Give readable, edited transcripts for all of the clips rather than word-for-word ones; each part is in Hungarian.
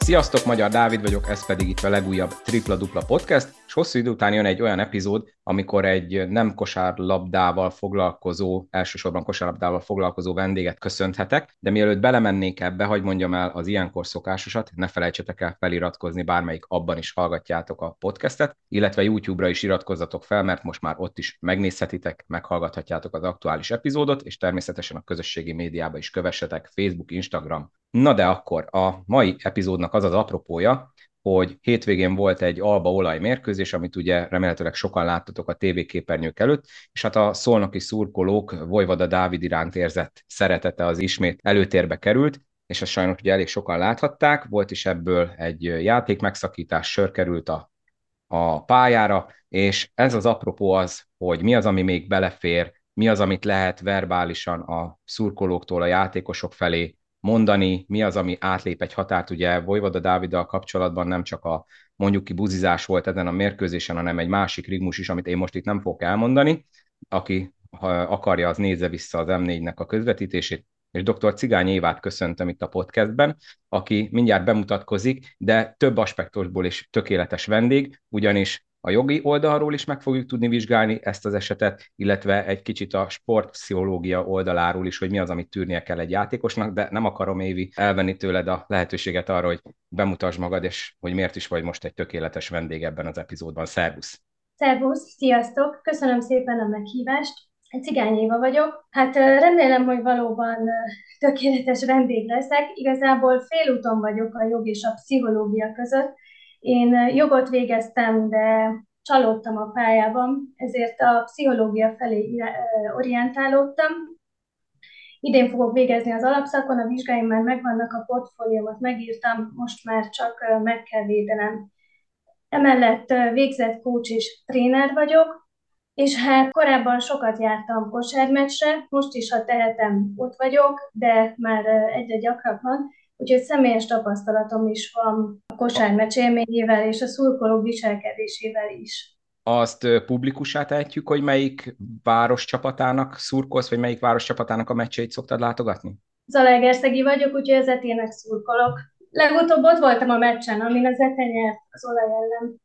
Sziasztok, Magyar Dávid vagyok, ez pedig itt a legújabb Tripla Dupla Podcast, és hosszú idő után jön egy olyan epizód, amikor egy nem kosárlabdával foglalkozó, elsősorban kosárlabdával foglalkozó vendéget köszönhetek, de mielőtt belemennék ebbe, hadd mondjam el az ilyenkor szokásosat, ne felejtsetek el feliratkozni, bármelyik abban is hallgatjátok a podcastet, illetve YouTube-ra is iratkozzatok fel, mert most már ott is megnézhetitek, meghallgathatjátok az aktuális epizódot, és természetesen a közösségi médiában is kövessetek, Facebook, Instagram. Na de akkor a mai epizódnak az az apropója, hogy hétvégén volt egy alba-olaj mérkőzés, amit ugye remélhetőleg sokan láttatok a tévéképernyők előtt, és hát a szolnoki szurkolók Vojvoda Dávid iránt érzett szeretete az ismét előtérbe került, és ezt sajnos ugye elég sokan láthatták, volt is ebből egy játékmegszakítás, sor került a pályára, és ez az apropó az, hogy mi az, ami még belefér, mi az, amit lehet verbálisan a szurkolóktól a játékosok felé mondani, mi az, ami átlép egy határt. Ugye Vojvoda Dáviddal kapcsolatban nem csak a mondjuk ki buzizás volt ezen a mérkőzésen, hanem egy másik rigmus is, amit én most itt nem fogok elmondani. Aki ha akarja, az nézze vissza az M4-nek a közvetítését, és dr. Cigány Évát köszöntöm itt a podcastben, aki mindjárt bemutatkozik, de több aspektusból is tökéletes vendég, ugyanis a jogi oldalról is meg fogjuk tudni vizsgálni ezt az esetet, illetve egy kicsit a sportpszichológia oldaláról is, hogy mi az, amit tűrnie kell egy játékosnak, de nem akarom, Évi, elvenni tőled a lehetőséget arra, hogy bemutasd magad, és hogy miért is vagy most egy tökéletes vendég ebben az epizódban. Szervusz! Szervusz, sziasztok! Köszönöm szépen a meghívást. Cigány Éva vagyok. Hát remélem, hogy valóban tökéletes vendég leszek. Igazából félúton vagyok a jog és a pszichológia között. Én jogot végeztem, de csalódtam a pályában, ezért a pszichológia felé orientálódtam. Idén fogok végezni az alapszakon, a vizsgáim már megvannak, a portfóliómat megírtam, most már csak meg kell védenem. Emellett végzett coach és tréner vagyok, és hát korábban sokat jártam kosármeccsre, most is, ha tehetem, ott vagyok, de már egyre gyakrabban, úgyhogy személyes tapasztalatom is van a kosármeccs élményével és a szurkolók viselkedésével is. Azt publikussá tehetjük, hogy melyik város csapatának szurkolsz, vagy melyik város csapatának a meccseit szoktad látogatni? Zalaegerszegi vagyok, úgyhogy az Etének szurkolok. Legutóbb ott voltam a meccsen, amin az Ete nyert az Olaj ellen.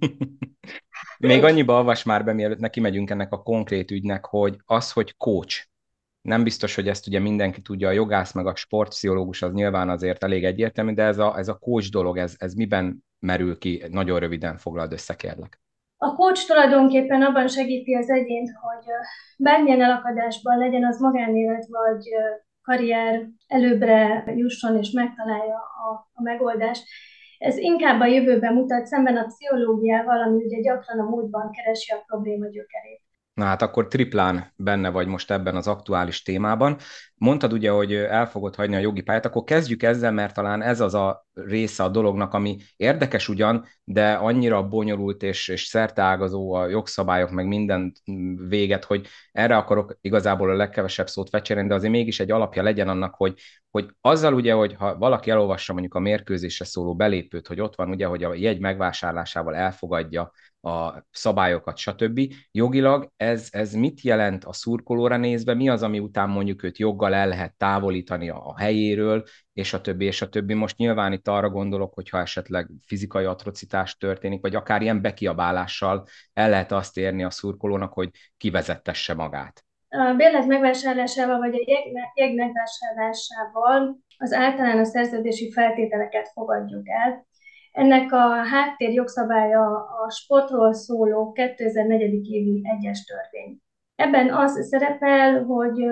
Még annyiba avas már be, mielőtt neki megyünk ennek a konkrét ügynek, hogy az, hogy coach, nem biztos, hogy ezt ugye mindenki tudja, a jogász meg a sportpszichológus az nyilván azért elég egyértelmű, de ez a coach dolog, ez miben merül ki? Nagyon röviden foglald össze, kérlek. A coach tulajdonképpen abban segíti az egyént, hogy bármilyen elakadásban legyen az magánélet vagy karrier, előbbre jusson és megtalálja a megoldást. Ez inkább a jövőben mutat szemben a pszichológiával, ami ugye gyakran a múltban keresi a probléma gyökerét. Na hát akkor triplán benne vagy most ebben az aktuális témában. Mondtad ugye, hogy el fogod hagyni a jogi pályát, akkor kezdjük ezzel, mert talán ez az a része a dolognak, ami érdekes ugyan, de annyira bonyolult és szerteágazó a jogszabályok, meg minden véget, hogy erre akarok igazából a legkevesebb szót fecséreni, de azért mégis egy alapja legyen annak, hogy azzal ugye, hogy ha valaki elolvassa mondjuk a mérkőzésre szóló belépőt, hogy ott van ugye, hogy a jegy megvásárlásával elfogadja a szabályokat, stb. Jogilag ez mit jelent a szurkolóra nézve, mi az, ami után mondjuk őt joggal el lehet távolítani a helyéről, és a többi, és a többi. Most nyilván itt arra gondolok, hogyha esetleg fizikai atrocitás történik, vagy akár ilyen bekiabálással el lehet azt érni a szurkolónak, hogy kivezettesse magát. A bérlet megvásárlásával vagy a jegy megvásárlásával az általános szerződési feltételeket fogadjuk el. Ennek a háttér jogszabálya a sportról szóló 2004. évi egyes törvény. Ebben az szerepel, hogy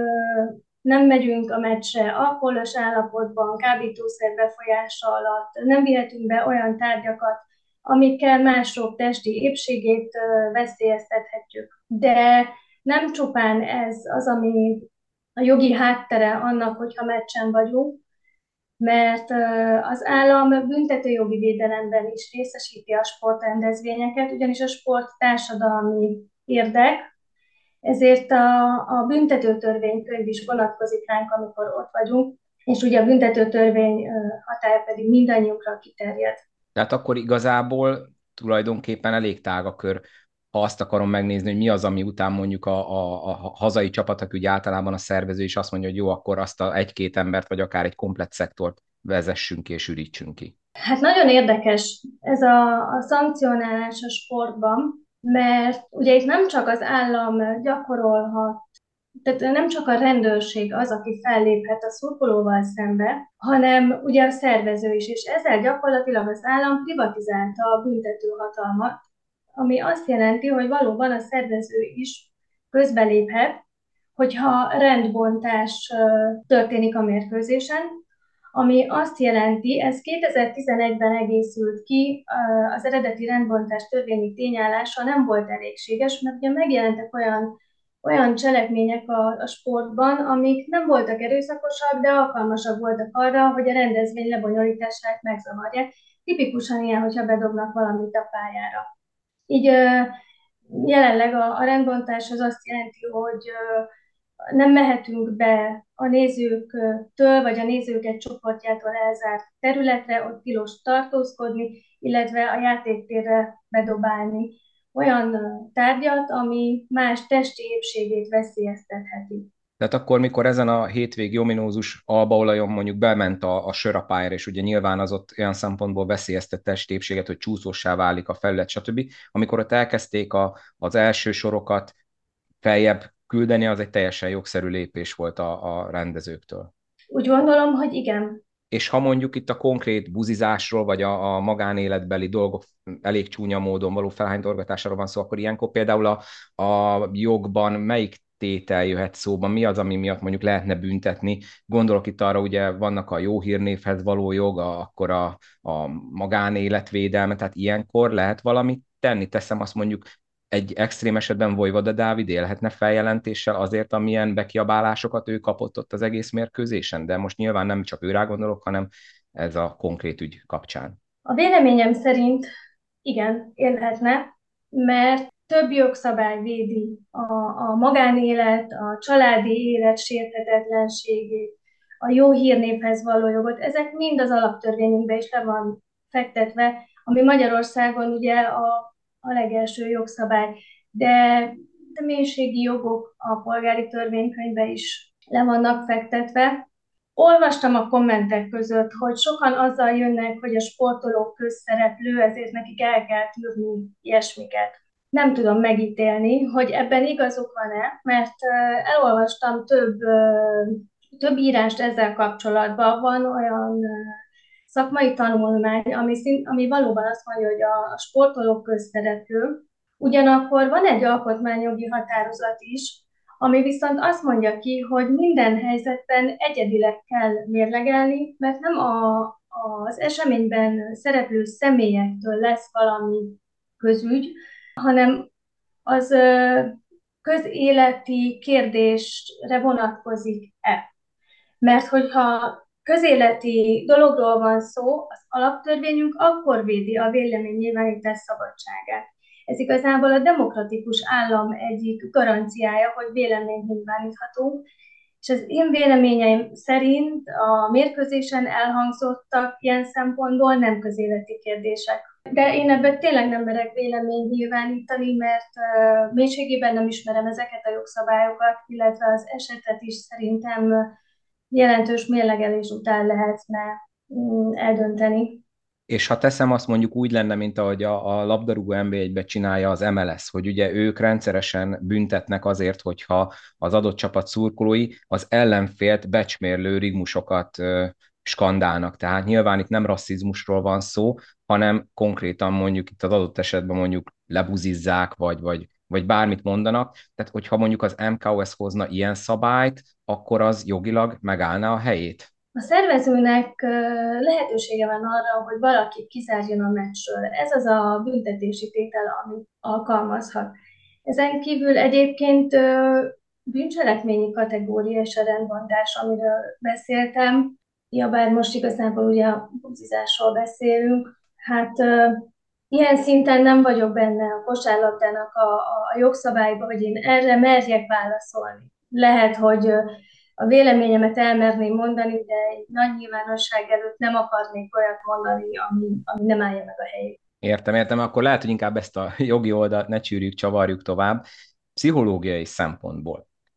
nem megyünk a meccsre alkoholos állapotban, kábítószer befolyása alatt, nem vihetünk be olyan tárgyakat, amikkel mások testi épségét veszélyeztethetjük. De nem csupán ez az, ami a jogi háttere annak, hogyha meccsen vagyunk, mert az állam büntetőjogi védelemben is részesíti a sportrendezvényeket, ugyanis a sport társadalmi érdek, ezért a büntetőtörvénykönyv is vonatkozik ránk, amikor ott vagyunk, és ugye a büntetőtörvény hatálya pedig mindannyiunkra kiterjed. Tehát akkor igazából tulajdonképpen elég tág a kör, ha azt akarom megnézni, hogy mi az, ami után mondjuk a hazai csapat, aki ugye általában a szervező is azt mondja, hogy jó, akkor azt a egy-két embert, vagy akár egy komplett szektort vezessünk ki és ürítsünk ki. Hát nagyon érdekes ez a szankcionálás a sportban, mert ugye itt nem csak az állam gyakorolhat, tehát nem csak a rendőrség az, aki felléphet a szurkolóval szembe, hanem ugye a szervező is, és ezzel gyakorlatilag az állam privatizálta a büntetőhatalmat, ami azt jelenti, hogy valóban a szervező is közbeléphet, hogyha rendbontás történik a mérkőzésen, ami azt jelenti, ez 2011-ben egészült ki, az eredeti rendbontás törvényi tényállása nem volt elégséges, mert ugye megjelentek olyan cselekmények a sportban, amik nem voltak erőszakosak, de alkalmasak voltak arra, hogy a rendezvény lebonyolítását megzavarják. Tipikusan ilyen, hogyha bedobnak valamit a pályára. Így jelenleg a rendbontás az azt jelenti, hogy nem mehetünk be a nézőktől, vagy a nézők egy csoportjától elzárt területre, ott tilos tartózkodni, illetve a játéktérre bedobálni olyan tárgyat, ami más testi épségét veszélyeztetheti. Tehát akkor, mikor ezen a hétvégi ominózus albaolajon mondjuk bement a sör a pályára, és ugye nyilván az ott olyan szempontból veszélyeztette testépséget, hogy csúszóssá válik a felület, stb. Amikor ott elkezdték az első sorokat feljebb küldeni, az egy teljesen jogszerű lépés volt a rendezőktől. Úgy gondolom, hogy igen. És ha mondjuk itt a konkrét buzizásról, vagy a magánéletbeli dolgok elég csúnya módon való felhánytorgatásáról van szó, akkor ilyenkor például a jogban melyik tétel jöhet szóba, mi az, ami miatt mondjuk lehetne büntetni. Gondolok itt arra, ugye vannak a jó hírnévhez való jog, akkor a magánéletvédelme, tehát ilyenkor lehet valamit tenni. Teszem azt mondjuk egy extrém esetben Vojvoda Dávid élhetne feljelentéssel azért, amilyen bekiabálásokat ő kapott ott az egész mérkőzésen, de most nyilván nem csak őrá gondolok, hanem ez a konkrét ügy kapcsán. A véleményem szerint igen, élhetne, mert több jogszabály védi a magánélet, a családi élet sérthetetlenségét, a jó hírnévhez való jogot. Ezek mind az alaptörvényünkben is le van fektetve, ami Magyarországon ugye a legelső jogszabály. De személyiségi jogok a polgári törvénykönyvben is le vannak fektetve. Olvastam a kommentek között, hogy sokan azzal jönnek, hogy a sportolók közszereplő, ezért nekik el kell tűrni ilyesmiket. Nem tudom megítélni, hogy ebben igazuk van-e, mert elolvastam több írást ezzel kapcsolatban. Van olyan szakmai tanulmány, ami valóban azt mondja, hogy a sportolók közszereplő, ugyanakkor van egy alkotmányjogi határozat is, ami viszont azt mondja ki, hogy minden helyzetben egyedileg kell mérlegelni, mert nem az eseményben szereplő személyektől lesz valami közügy, hanem az közéleti kérdésre vonatkozik-e. Mert hogyha közéleti dologról van szó, az alaptörvényünk akkor védi a véleménynyilvánítás szabadságát. Ez igazából a demokratikus állam egyik garanciája, hogy véleményt nyilváníthatunk, és az én véleményeim szerint a mérkőzésen elhangzottak ilyen szempontból nem közéleti kérdések. De én ebben tényleg nem merek véleményt nyilvánítani, mert mélységében nem ismerem ezeket a jogszabályokat, illetve az esetet is szerintem jelentős mérlegelés után lehetne eldönteni. És ha teszem, azt mondjuk úgy lenne, mint ahogy a labdarúgó NB1-be csinálja az MLS, hogy ugye ők rendszeresen büntetnek azért, hogyha az adott csapat szurkolói az ellenfélt becsmérlő rigmusokat skandálnak. Tehát nyilván itt nem rasszizmusról van szó, hanem konkrétan mondjuk itt az adott esetben mondjuk lebuzizzák, vagy bármit mondanak. Tehát hogyha mondjuk az MKOS hozna ilyen szabályt, akkor az jogilag megállná a helyét. A szervezőnek lehetősége van arra, hogy valaki kizárjon a meccsről. Ez az a büntetési tétel, amit alkalmazhat. Ezen kívül egyébként bűncselekményi kategória és a rendbontás, amiről beszéltem. Ja, bár most igazából ugye a buzizásról beszélünk. Hát ilyen szinten nem vagyok benne a kosárlabdának a jogszabályban, hogy én erre merjek válaszolni. Lehet, hogy a véleményemet elmerném mondani, de egy nagy nyilvánosság előtt nem akarnék olyat mondani, ami nem állja meg a helyét. Értem, akkor lehet, hogy inkább ezt a jogi oldalt ne csűrjük, csavarjuk tovább. Pszichológiai szempontból.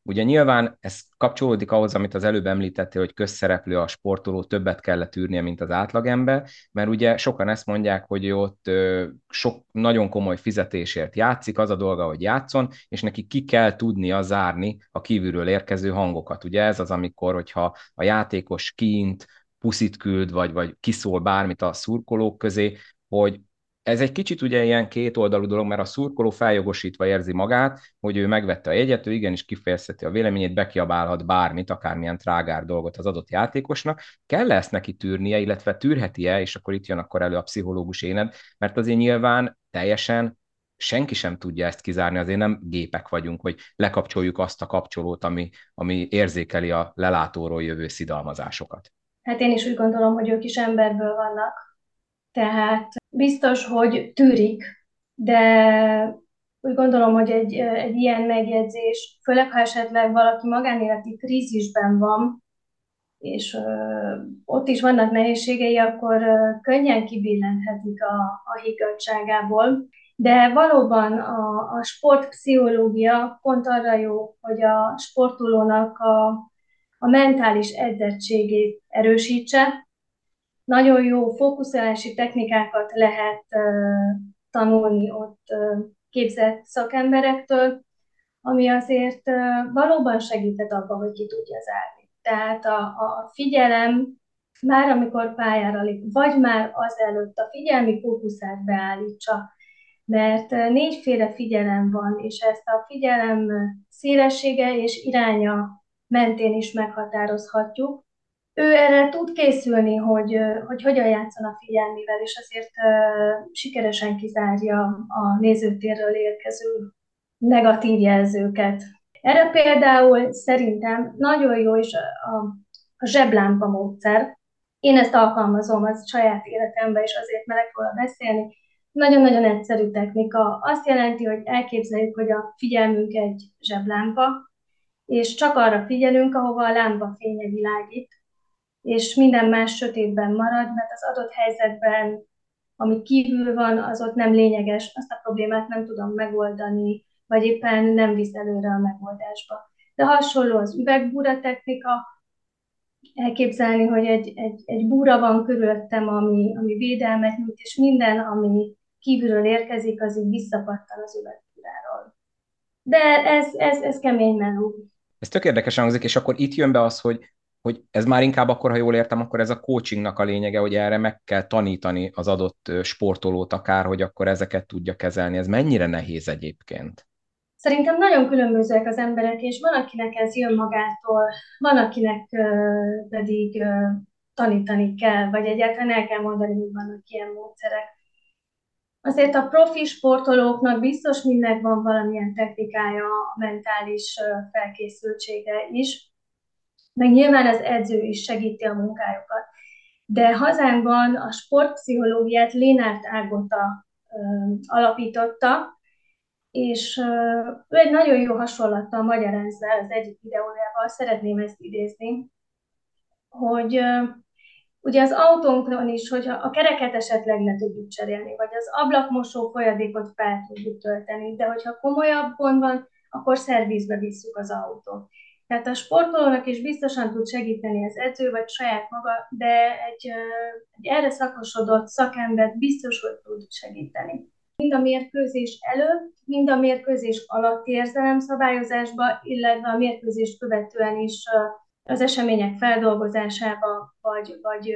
Ugye nyilván ez kapcsolódik ahhoz, amit az előbb említettél, hogy közszereplő a sportoló, többet kellett tűrnie, mint az átlagember, mert ugye sokan ezt mondják, hogy ő ott sok nagyon komoly fizetésért játszik, az a dolga, hogy játszon, és neki ki kell tudnia zárni a kívülről érkező hangokat. Ugye ez az, amikor, hogyha a játékos kint puszit küld, vagy kiszól bármit a szurkolók közé, hogy ez egy kicsit ugye ilyen kétoldalú dolog, mert a szurkoló feljogosítva érzi magát, hogy ő megvette a jegyet, ő igenis kifejezheti a véleményét, bekiabálhat bármit, akármilyen trágár dolgot az adott játékosnak. Kell ezt neki tűrnie, illetve tűrheti-e, és akkor itt jön akkor elő a pszichológus éned, mert azért nyilván teljesen senki sem tudja ezt kizárni, azért nem gépek vagyunk, hogy lekapcsoljuk azt a kapcsolót, ami érzékeli a lelátóról jövő szidalmazásokat. Hát én is úgy gondolom, hogy ők is emberből vannak, tehát biztos, hogy tűrik, de úgy gondolom, hogy egy ilyen megjegyzés, főleg ha esetleg valaki magánéleti krízisben van, és ott is vannak nehézségei, akkor könnyen kibillenthetik a higgadtságából. De valóban a sportpszichológia pont arra jó, hogy a sportolónak a mentális edzettségét erősítse. Nagyon jó fókuszálási technikákat lehet tanulni ott képzett szakemberektől, ami azért valóban segített abban, hogy ki tudja zárni. Tehát a figyelem már amikor pályára lép, vagy már azelőtt a figyelmi fókuszát beállítsa, mert négyféle figyelem van, és ezt a figyelem szélessége és iránya mentén is meghatározhatjuk. Ő erre tud készülni, hogy hogyan játszon a figyelmével, és azért sikeresen kizárja a nézőtérről érkező negatív jelzőket. Erre például szerintem nagyon jó is a zseblámpa módszer. Én ezt alkalmazom az saját életemben, és azért merek róla beszélni. Nagyon-nagyon egyszerű technika. Azt jelenti, hogy elképzeljük, hogy a figyelmünk egy zseblámpa, és csak arra figyelünk, ahova a lámpa fénye világít, és minden más sötétben marad, mert az adott helyzetben, ami kívül van, az ott nem lényeges, azt a problémát nem tudom megoldani, vagy éppen nem visz előre a megoldásba. De hasonló az üvegbúra technika, elképzelni, hogy egy búra van körülöttem, ami védelmet nyújt, és minden, ami kívülről érkezik, az így visszapattan az üvegbúráról. De ez kemény meló. Ez tök érdekesen hangzik, és akkor itt jön be az, hogy ez már inkább akkor, ha jól értem, akkor ez a coachingnak a lényege, hogy erre meg kell tanítani az adott sportolót akár, hogy akkor ezeket tudja kezelni. Ez mennyire nehéz egyébként? Szerintem nagyon különbözőek az emberek, és van, akinek ez jön magától, van, akinek pedig tanítani kell, vagy egyáltalán el kell mondani, hogy vannak ilyen módszerek. Azért a profi sportolóknak biztos mindnek van valamilyen technikája, mentális felkészültsége is, meg nyilván az edző is segíti a munkájukat. De hazánkban a sportpszichológiát Lénárt Ágota alapította, és ő egy nagyon jó hasonlattal magyarázza az egyik videójával, szeretném ezt idézni, hogy ugye az autónkon is, hogyha a kereket esetleg le tudjuk cserélni, vagy az ablakmosó folyadékot fel tudjuk tölteni, de hogyha komolyabb gond van, akkor szervizbe visszük az autót. Tehát a sportolónak is biztosan tud segíteni az edző, vagy saját maga, de egy erre szakosodott szakember biztos, hogy tud segíteni. Mind a mérkőzés előtt, mind a mérkőzés alatt érzelemszabályozásba, illetve a mérkőzést követően is az események feldolgozásába, vagy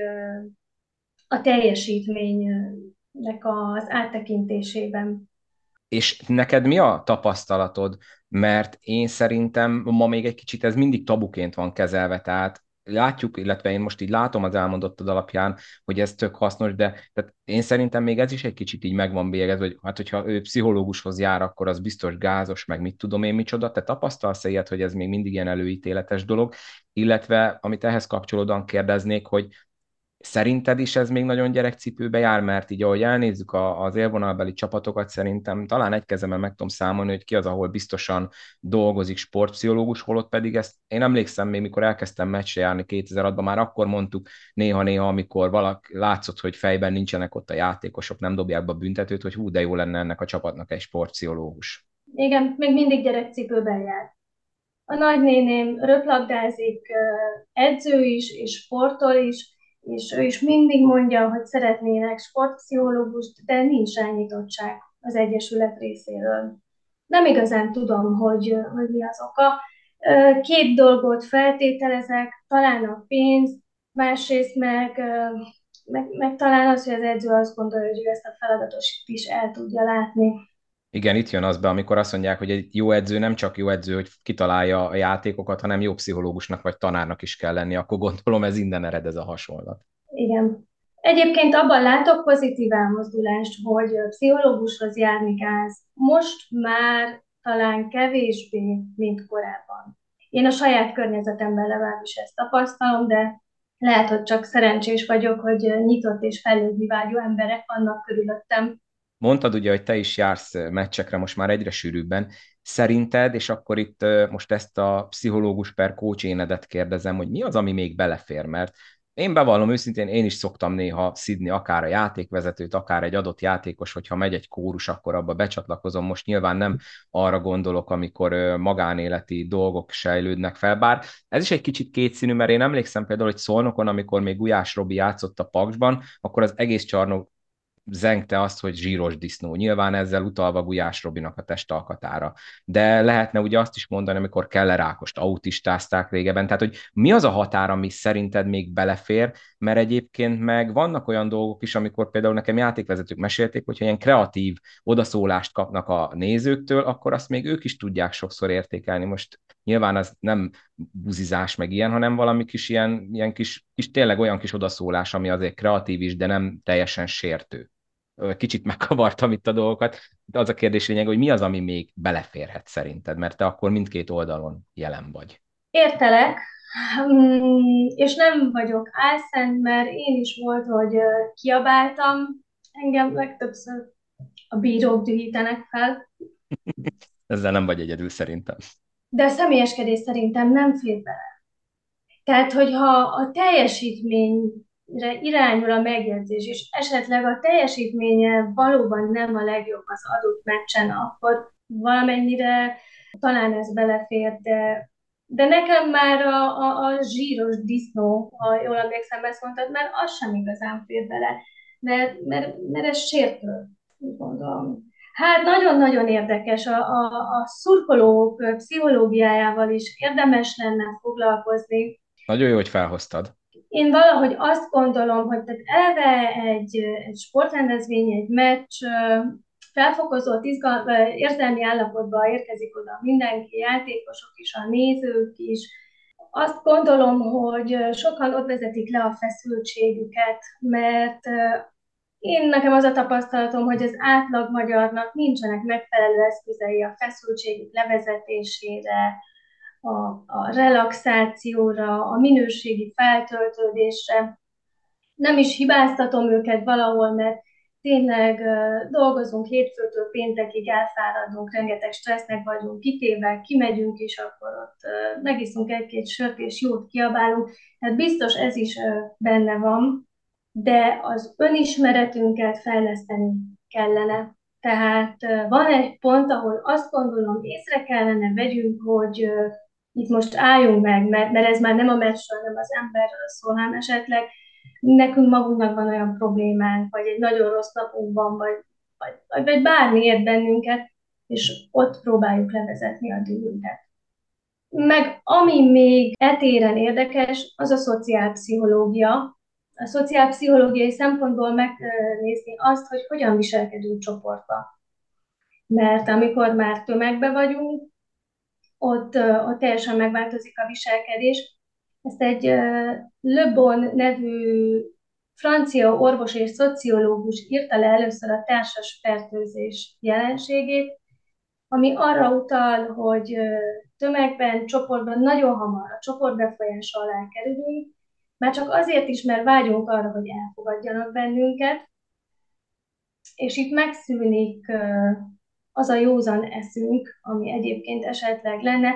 a teljesítménynek az áttekintésében. És neked mi a tapasztalatod? Mert én szerintem ma még egy kicsit ez mindig tabuként van kezelve, tehát látjuk, illetve én most így látom az elmondottad alapján, hogy ez tök hasznos, de tehát én szerintem még ez is egy kicsit így meg van bélyegezve, hogy hát hogyha ő pszichológushoz jár, akkor az biztos gázos, meg mit tudom én micsoda. Te tapasztalsz ilyet, hogy ez még mindig ilyen előítéletes dolog, illetve amit ehhez kapcsolódóan kérdeznék, hogy szerinted is ez még nagyon gyerekcipőbe jár, mert így ahogy elnézzük az élvonalbeli csapatokat, szerintem talán egy kezemben meg tudom számolni, hogy ki az, ahol biztosan dolgozik sportpszichológus, holott pedig ezt én emlékszem még, mikor elkezdtem meccsre járni 2006-ban, már akkor mondtuk néha-néha, amikor valaki látszott, hogy fejben nincsenek ott a játékosok, nem dobják be a büntetőt, hogy hú, de jó lenne ennek a csapatnak egy sportpszichológus. Igen, még mindig gyerekcipőben jár. A nagynéném röplabdázik, edző is, és sportol is, és ő is mindig mondja, hogy szeretnének sportpszichológust, de nincs rá nyitottság az Egyesület részéről. Nem igazán tudom, hogy mi az oka. Két dolgot feltételezek, talán a pénz, másrészt meg talán az, hogy az edző azt gondolja, hogy ő ezt a feladatot is el tudja látni. Igen, itt jön az be, amikor azt mondják, hogy egy jó edző nem csak jó edző, hogy kitalálja a játékokat, hanem jó pszichológusnak vagy tanárnak is kell lenni. Akkor gondolom ez innen ered ez a hasonlat. Igen. Egyébként abban látok pozitív elmozdulást, hogy pszichológushoz járni gáz. Most már talán kevésbé, mint korábban. Én a saját környezetemben legalábbis ezt tapasztalom, de lehet, hogy csak szerencsés vagyok, hogy nyitott és fejlődni vágyó emberek vannak körülöttem. Mondtad ugye, hogy te is jársz meccsekre most már egyre sűrűbben. Szerinted, és akkor itt most ezt a pszichológus per coach énedet kérdezem, hogy mi az, ami még belefér? Mert én bevallom őszintén, én is szoktam néha szidni akár a játékvezetőt, akár egy adott játékos, hogyha megy egy kórus, akkor abba becsatlakozom. Most nyilván nem arra gondolok, amikor magánéleti dolgok sejlődnek fel, bár ez is egy kicsit kétszínű, mert én emlékszem például, hogy Szolnokon, amikor még Gulyás Robi játszott a Paksban, akkor az egész csarnok zengte azt, hogy zsíros disznó. Nyilván ezzel utalva Gulyás Robinak a testalkatára. De lehetne ugye azt is mondani, amikor Keller Ákost autistázták régebben. Tehát, hogy mi az a határ, ami szerinted még belefér, mert egyébként meg vannak olyan dolgok is, amikor például nekem játékvezetők mesélték, hogyha ilyen kreatív odaszólást kapnak a nézőktől, akkor azt még ők is tudják sokszor értékelni. Most nyilván az nem buzizás meg ilyen, hanem valami kis ilyen kis tényleg olyan kis odaszólás, ami azért kreatív is, de nem teljesen sértő. Kicsit megkavartam itt a dolgokat. De az a kérdés lényeg, hogy mi az, ami még beleférhet szerinted, mert te akkor mindkét oldalon jelen vagy. Értelek, és nem vagyok álszent, mert én is volt, hogy kiabáltam, engem legtöbbször a bírók dühítenek fel, Ezzel nem vagy egyedül szerintem. de a személyeskedés szerintem nem fér bele. Tehát, hogyha a teljesítményre irányul a megjegyzés, és esetleg a teljesítménye valóban nem a legjobb az adott meccsen, akkor valamennyire talán ez belefér, de nekem már a zsíros disznó, ha jól emlékszem, ezt mondtad, mert az sem igazán fér bele, mert ez sértő, úgy gondolom. Hát nagyon-nagyon érdekes, a szurkolók pszichológiájával is érdemes lenne foglalkozni. Nagyon jó, hogy felhoztad. Én valahogy azt gondolom, hogy tehát eleve egy sportrendezvény, egy meccs felfokozott érzelmi állapotba érkezik oda mindenki, játékosok is, a nézők is. Azt gondolom, hogy sokan ott vezetik le a feszültségüket, mert nekem az a tapasztalatom, hogy az átlag magyarnak nincsenek megfelelő eszközei a feszültségük levezetésére, a relaxációra, a minőségi feltöltődésre. Nem is hibáztatom őket valahol, mert tényleg dolgozunk hétfőtől péntekig, elfáradunk, rengeteg stressznek vagyunk kitéve, kimegyünk, és akkor ott megiszunk egy-két sört, és jót kiabálunk. Tehát biztos ez is benne van, de az önismeretünket fejleszteni kellene. Tehát van egy pont, ahol azt gondolom, észre kellene vegyünk, hogy itt most álljunk meg, mert ez már nem a meccsről, hanem az emberről szól, hanem esetleg nekünk magunknak van olyan problémánk, vagy egy nagyon rossz napunk van, vagy bármi ért bennünket, és ott próbáljuk levezetni a dühünket. Meg ami még etéren érdekes, az a szociálpszichológia. A szociálpszichológiai szempontból megnézni azt, hogy hogyan viselkedünk csoportba. Mert amikor már tömegbe vagyunk, ott teljesen megváltozik a viselkedés. Ezt egy Le Bon nevű francia orvos és szociológus írta le először a társas fertőzés jelenségét, ami arra utal, hogy tömegben, csoportban nagyon hamar a csoportbefolyása alá kerülünk, már csak azért is, mert vágyunk arra, hogy elfogadjanak bennünket, és itt megszűnik az a józan eszünk, ami egyébként esetleg lenne,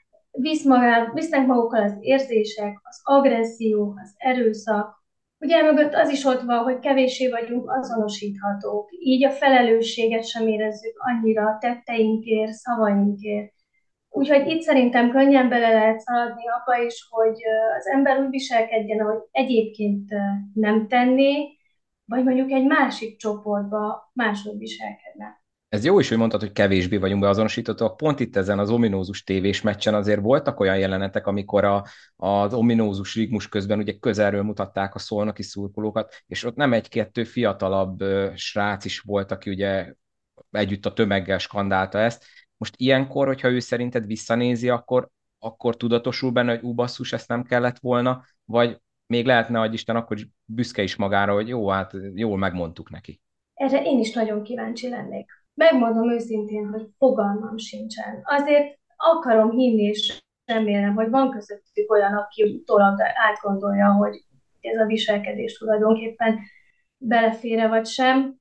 visznek magukkal az érzések, az agresszió, az erőszak. Ugye mögött az is ott van, hogy kevéssé vagyunk azonosíthatók, így a felelősséget sem érezzük annyira a tetteinkért, szavainkért. Úgyhogy itt szerintem könnyen bele lehet szaladni abba is, hogy az ember úgy viselkedjen, ahogy egyébként nem tenné, vagy mondjuk egy másik csoportba máshogy viselkedne. Ez jó is, hogy mondtad, hogy kevésbé vagyunk beazonosítottak. Pont itt ezen az ominózus tévés meccsen azért voltak olyan jelenetek, amikor az ominózus rigmus közben ugye közelről mutatták a szolnoki szurkolókat, és ott nem egy-kettő fiatalabb srác is volt, aki ugye együtt a tömeggel skandálta ezt. Most ilyenkor, hogyha ő szerinted visszanézi, akkor tudatosul benne, hogy basszus, ezt nem kellett volna, vagy még lehetne, hogy Isten akkor is büszke is magára, hogy jó, hát jól megmondtuk neki. Erre én is nagyon kíváncsi lennék. Megmondom őszintén, hogy fogalmam sincsen. Azért akarom hinni, és remélem, hogy van közöttük olyan, aki utólag átgondolja, hogy ez a viselkedés tulajdonképpen belefér vagy sem,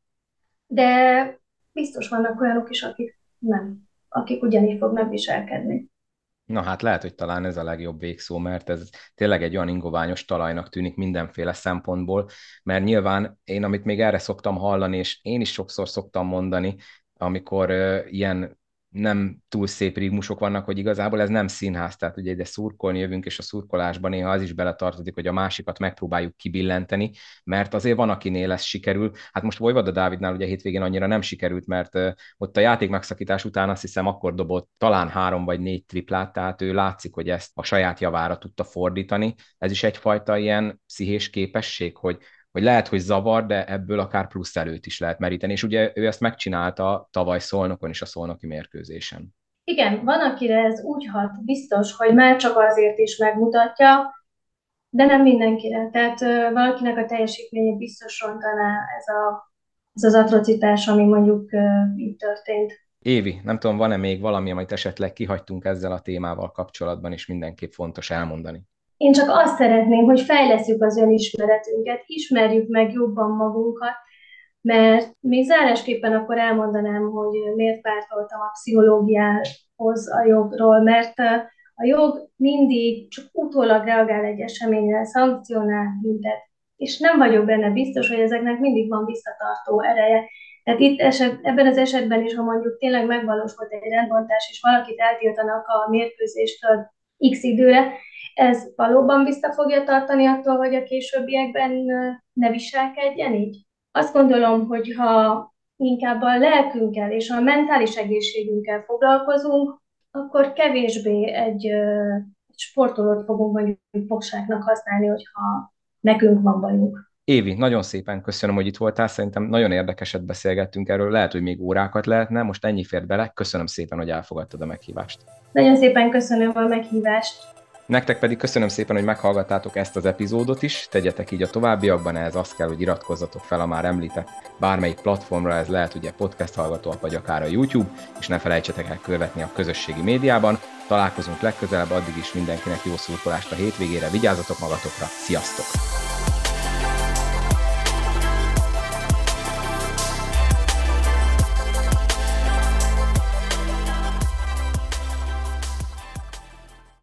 de biztos vannak olyanok is, akik nem, akik ugyanígy fognak viselkedni. Na hát lehet, hogy talán ez a legjobb végszó, mert ez tényleg egy olyan ingoványos talajnak tűnik mindenféle szempontból, mert nyilván én, amit még erre szoktam hallani, és én is sokszor szoktam mondani, amikor ilyen nem túl szép rigmusok vannak, hogy igazából ez nem színház, tehát ugye ide szurkolni jövünk, és a szurkolásban néha az is beletartozik, hogy a másikat megpróbáljuk kibillenteni, mert azért van, akinél ez sikerül. Hát most Vojvoda Dávidnál ugye hétvégén annyira nem sikerült, mert ott a játék megszakítás után azt hiszem akkor dobott talán 3 vagy 4 triplát, tehát ő látszik, hogy ezt a saját javára tudta fordítani. Ez is egyfajta ilyen pszichés képesség, hogy lehet, hogy zavar, de ebből akár plusz előtt is lehet meríteni. És ugye ő ezt megcsinálta tavaly Szolnokon is a szolnoki mérkőzésen. Igen, van, akire ez úgy hat, biztos, hogy már csak azért is megmutatja, de nem mindenkire. Tehát valakinek a teljesítményét biztos rontaná ez az atrocitás, ami mondjuk így történt. Évi, nem tudom, van-e még valami, amit esetleg kihagytunk ezzel a témával kapcsolatban, és mindenképp fontos elmondani? Én csak azt szeretném, hogy fejlesszük az önismeretünket, ismerjük meg jobban magunkat, mert még zárásképpen akkor elmondanám, hogy miért pártoltam a pszichológiához a jogról, mert a jog mindig csak utólag reagál egy eseményre, szankcionál, büntet, és nem vagyok benne biztos, hogy ezeknek mindig van visszatartó ereje. Tehát ebben az esetben is, ha mondjuk tényleg megvalósult egy rendbontás, és valakit eltiltanak a mérkőzéstől x időre, ez valóban vissza fogja tartani attól, hogy a későbbiekben ne viselkedjen így? Azt gondolom, hogy ha inkább a lelkünkkel és a mentális egészségünkkel foglalkozunk, akkor kevésbé egy sportolót fogunk mondjuk fogságnak használni, hogyha nekünk van bajunk. Évi, nagyon szépen köszönöm, hogy itt voltál, szerintem nagyon érdekeset beszélgettünk erről, lehet, hogy még órákat lehetne, most ennyi fért bele, köszönöm szépen, hogy elfogadtad a meghívást. Nagyon szépen köszönöm a meghívást. Nektek pedig köszönöm szépen, hogy meghallgattátok ezt az epizódot is, tegyetek így a továbbiakban, ehhez az kell, hogy iratkozzatok fel a már említett bármelyik platformra, ez lehet ugye podcast hallgatóak, vagy akár a YouTube, és ne felejtsetek el követni a közösségi médiában. Találkozunk legközelebb, addig is mindenkinek jó szurkolást a hétvégére, vigyázzatok magatokra, sziasztok!